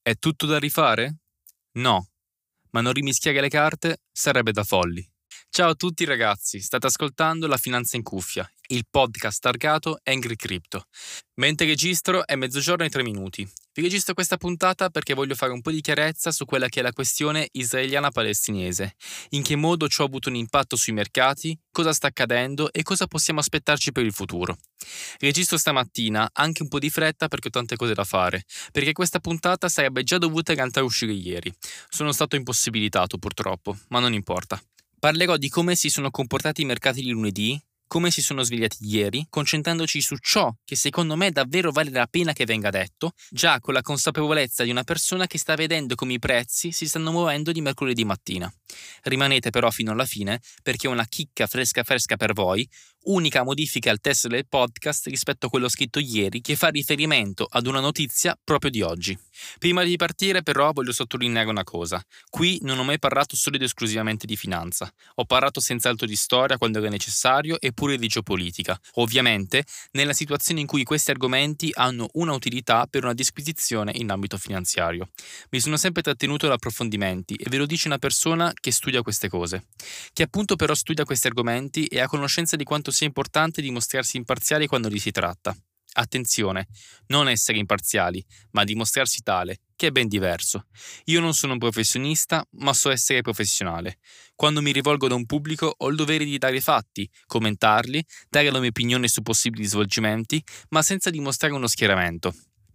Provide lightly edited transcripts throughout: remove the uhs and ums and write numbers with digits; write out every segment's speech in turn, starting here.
È tutto da rifare? No, ma non rimischiare le carte sarebbe da folli. Ciao a tutti ragazzi, state ascoltando La Finanza in Cuffia, il podcast targato Angry Crypto. Mentre registro è 12:03. Vi registro questa puntata perché voglio fare un po' di chiarezza su quella che è la questione israeliana-palestinese, in che modo ciò ha avuto un impatto sui mercati, cosa sta accadendo e cosa possiamo aspettarci per il futuro. Registro stamattina anche un po' di fretta perché ho tante cose da fare, perché questa puntata sarebbe già dovuta in realtà uscire ieri. Sono stato impossibilitato purtroppo, ma non importa. Parlerò di come si sono comportati i mercati di lunedì, come si sono svegliati ieri, concentrandoci su ciò che secondo me davvero vale la pena che venga detto, già con la consapevolezza di una persona che sta vedendo come i prezzi si stanno muovendo di mercoledì mattina. Rimanete però fino alla fine perché ho una chicca fresca per voi, unica modifica al testo del podcast rispetto a quello scritto ieri che fa riferimento ad una notizia proprio di oggi. Prima di partire però voglio sottolineare una cosa. Qui non ho mai parlato solo ed esclusivamente di finanza. Ho parlato senz'altro di storia quando era necessario e pure di geopolitica. Ovviamente nella situazione in cui questi argomenti hanno una utilità per una disquisizione in ambito finanziario. Mi sono sempre trattenuto da approfondimenti e ve lo dice una persona che studia queste cose. Che appunto però studia questi argomenti e ha conoscenza di quanto sia importante dimostrarsi imparziali quando li si tratta. Attenzione, non essere imparziali, ma dimostrarsi tale, che è ben diverso. Io non sono un professionista, ma so essere professionale. Quando mi rivolgo da un pubblico ho il dovere di dare fatti, commentarli, dare la mia opinione su possibili svolgimenti, ma senza dimostrare uno schieramento.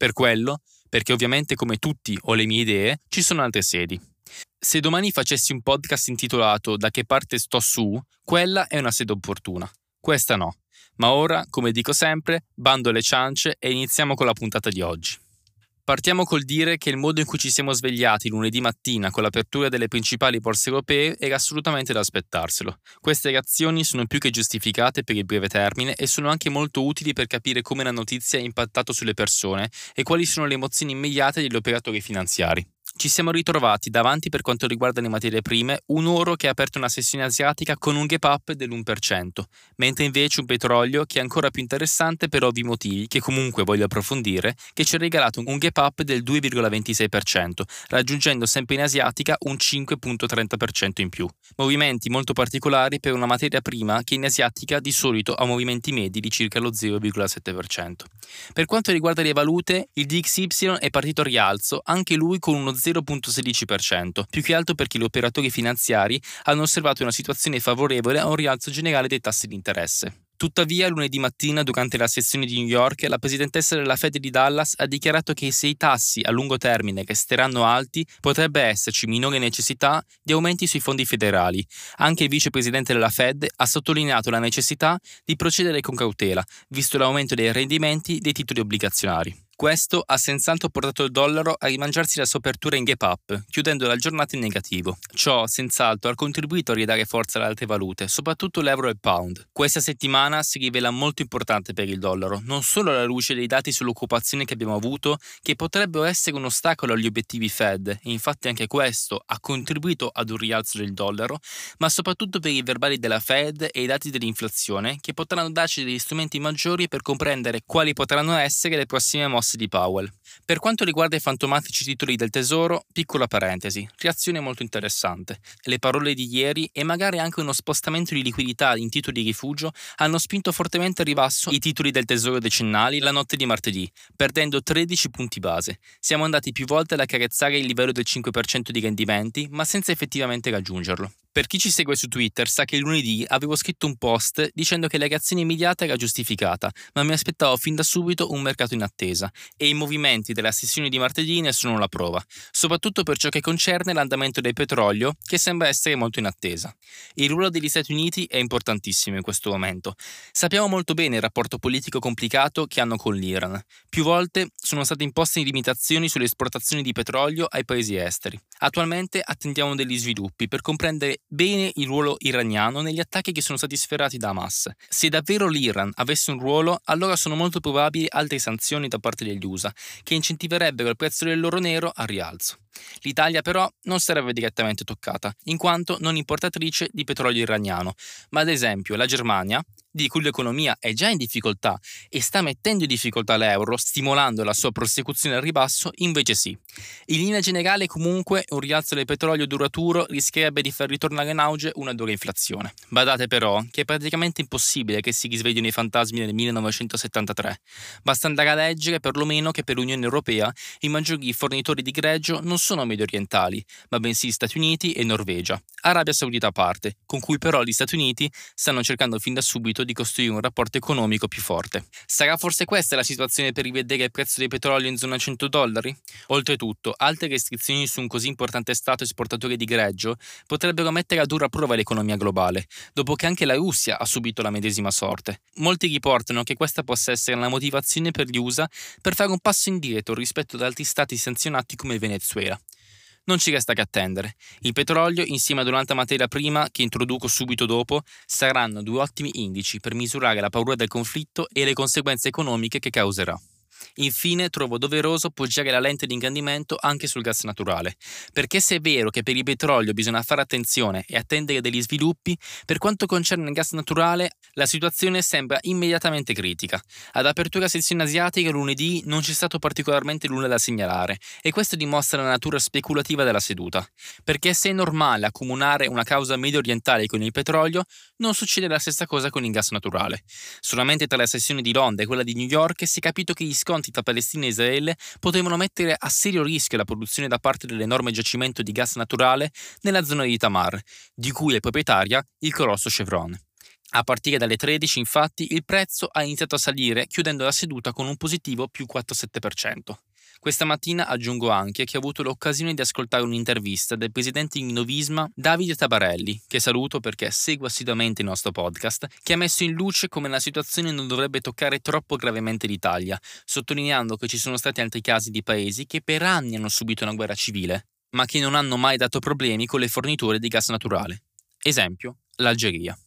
Perché ovviamente come tutti ho le mie idee, ci sono altre sedi. Se domani facessi un podcast intitolato Da che parte sto su, quella è una sede opportuna. Questa no. Ma ora, come dico sempre, bando alle ciance e iniziamo con la puntata di oggi. Partiamo col dire che il modo in cui ci siamo svegliati lunedì mattina con l'apertura delle principali borse europee era assolutamente da aspettarselo. Queste reazioni sono più che giustificate per il breve termine e sono anche molto utili per capire come la notizia ha impattato sulle persone e quali sono le emozioni immediate degli operatori finanziari. Ci siamo ritrovati davanti per quanto riguarda le materie prime un oro che ha aperto una sessione asiatica con un gap up dell'1%, mentre invece un petrolio che è ancora più interessante per ovvi motivi che comunque voglio approfondire, che ci ha regalato un gap up del 2,26%, raggiungendo sempre in asiatica un 5,30% in più. Movimenti molto particolari per una materia prima che in asiatica di solito ha movimenti medi di circa lo 0,7%. Per quanto riguarda le valute, il DXY è partito a rialzo, anche lui con uno 0,16%, più che altro perché gli operatori finanziari hanno osservato una situazione favorevole a un rialzo generale dei tassi di interesse. Tuttavia, lunedì mattina, durante la sessione di New York, la presidentessa della Fed di Dallas ha dichiarato che se i tassi a lungo termine resteranno alti, potrebbe esserci minore necessità di aumenti sui fondi federali. Anche il vicepresidente della Fed ha sottolineato la necessità di procedere con cautela, visto l'aumento dei rendimenti dei titoli obbligazionari. Questo ha senz'altro portato il dollaro a rimangiarsi la sua apertura in gap up, chiudendo la giornata in negativo. Ciò, senz'altro, ha contribuito a ridare forza alle altre valute, soprattutto l'euro e il pound. Questa settimana si rivela molto importante per il dollaro, non solo alla luce dei dati sull'occupazione che abbiamo avuto, che potrebbero essere un ostacolo agli obiettivi Fed, e infatti anche questo ha contribuito ad un rialzo del dollaro, ma soprattutto per i verbali della Fed e i dati dell'inflazione, che potranno darci degli strumenti maggiori per comprendere quali potranno essere le prossime mosse di Powell. Per quanto riguarda i fantomatici titoli del tesoro, piccola parentesi, reazione molto interessante. Le parole di ieri e magari anche uno spostamento di liquidità in titoli di rifugio hanno spinto fortemente a ribasso i titoli del tesoro decennali la notte di martedì, perdendo 13 punti base. Siamo andati più volte ad accarezzare il livello del 5% di rendimenti, ma senza effettivamente raggiungerlo. Per chi ci segue su Twitter sa che lunedì avevo scritto un post dicendo che la reazione immediata era giustificata, ma mi aspettavo fin da subito un mercato in attesa, e i movimenti della sessione di martedì ne sono la prova, soprattutto per ciò che concerne l'andamento del petrolio, che sembra essere molto in attesa. Il ruolo degli Stati Uniti è importantissimo in questo momento. Sappiamo molto bene il rapporto politico complicato che hanno con l'Iran. Più volte sono state imposte limitazioni sulle esportazioni di petrolio ai paesi esteri. Attualmente attendiamo degli sviluppi per comprendere bene il ruolo iraniano negli attacchi che sono stati sferrati da Hamas. Se davvero l'Iran avesse un ruolo, allora sono molto probabili altre sanzioni da parte degli USA, che incentiverebbero il prezzo dell'oro nero al rialzo. L'Italia però non sarebbe direttamente toccata, in quanto non importatrice di petrolio iraniano, ma ad esempio la Germania di cui l'economia è già in difficoltà e sta mettendo in difficoltà l'euro, stimolando la sua prosecuzione al ribasso, invece sì. In linea generale, comunque, un rialzo del petrolio duraturo rischierebbe di far ritornare in auge una dura inflazione. Badate però che è praticamente impossibile che si risveglino i fantasmi del 1973. Basta andare a leggere perlomeno che per l'Unione Europea i maggiori fornitori di greggio non sono medio orientali, ma bensì Stati Uniti e Norvegia, Arabia Saudita a parte, con cui però gli Stati Uniti stanno cercando fin da subito di costruire un rapporto economico più forte. Sarà forse questa la situazione per rivedere il prezzo del petrolio in zona $100? Oltretutto, altre restrizioni su un così importante stato esportatore di greggio potrebbero mettere a dura prova l'economia globale, dopo che anche la Russia ha subito la medesima sorte. Molti riportano che questa possa essere la motivazione per gli USA per fare un passo indietro rispetto ad altri stati sanzionati come il Venezuela. Non ci resta che attendere. Il petrolio, insieme ad un'altra materia prima che introduco subito dopo, saranno due ottimi indici per misurare la paura del conflitto e le conseguenze economiche che causerà. Infine, trovo doveroso poggiare la lente di ingrandimento anche sul gas naturale, perché se è vero che per il petrolio bisogna fare attenzione e attendere degli sviluppi, per quanto concerne il gas naturale, la situazione sembra immediatamente critica. Ad apertura sezione asiatica lunedì non c'è stato particolarmente nulla da segnalare, e questo dimostra la natura speculativa della seduta, perché se è normale accomunare una causa medio orientale con il petrolio, non succede la stessa cosa con il gas naturale. Solamente tra la sessione di Londra e quella di New York si è capito che gli sconti tra Palestina e Israele potevano mettere a serio rischio la produzione da parte dell'enorme giacimento di gas naturale nella zona di Tamar, di cui è proprietaria il colosso Chevron. A partire dalle 13, infatti, il prezzo ha iniziato a salire, chiudendo la seduta con un positivo più 4,7%. Questa mattina aggiungo anche che ho avuto l'occasione di ascoltare un'intervista del presidente di Novisma, Davide Tabarelli, che saluto perché segue assiduamente il nostro podcast, che ha messo in luce come la situazione non dovrebbe toccare troppo gravemente l'Italia, sottolineando che ci sono stati altri casi di paesi che per anni hanno subito una guerra civile, ma che non hanno mai dato problemi con le forniture di gas naturale. Esempio, l'Algeria.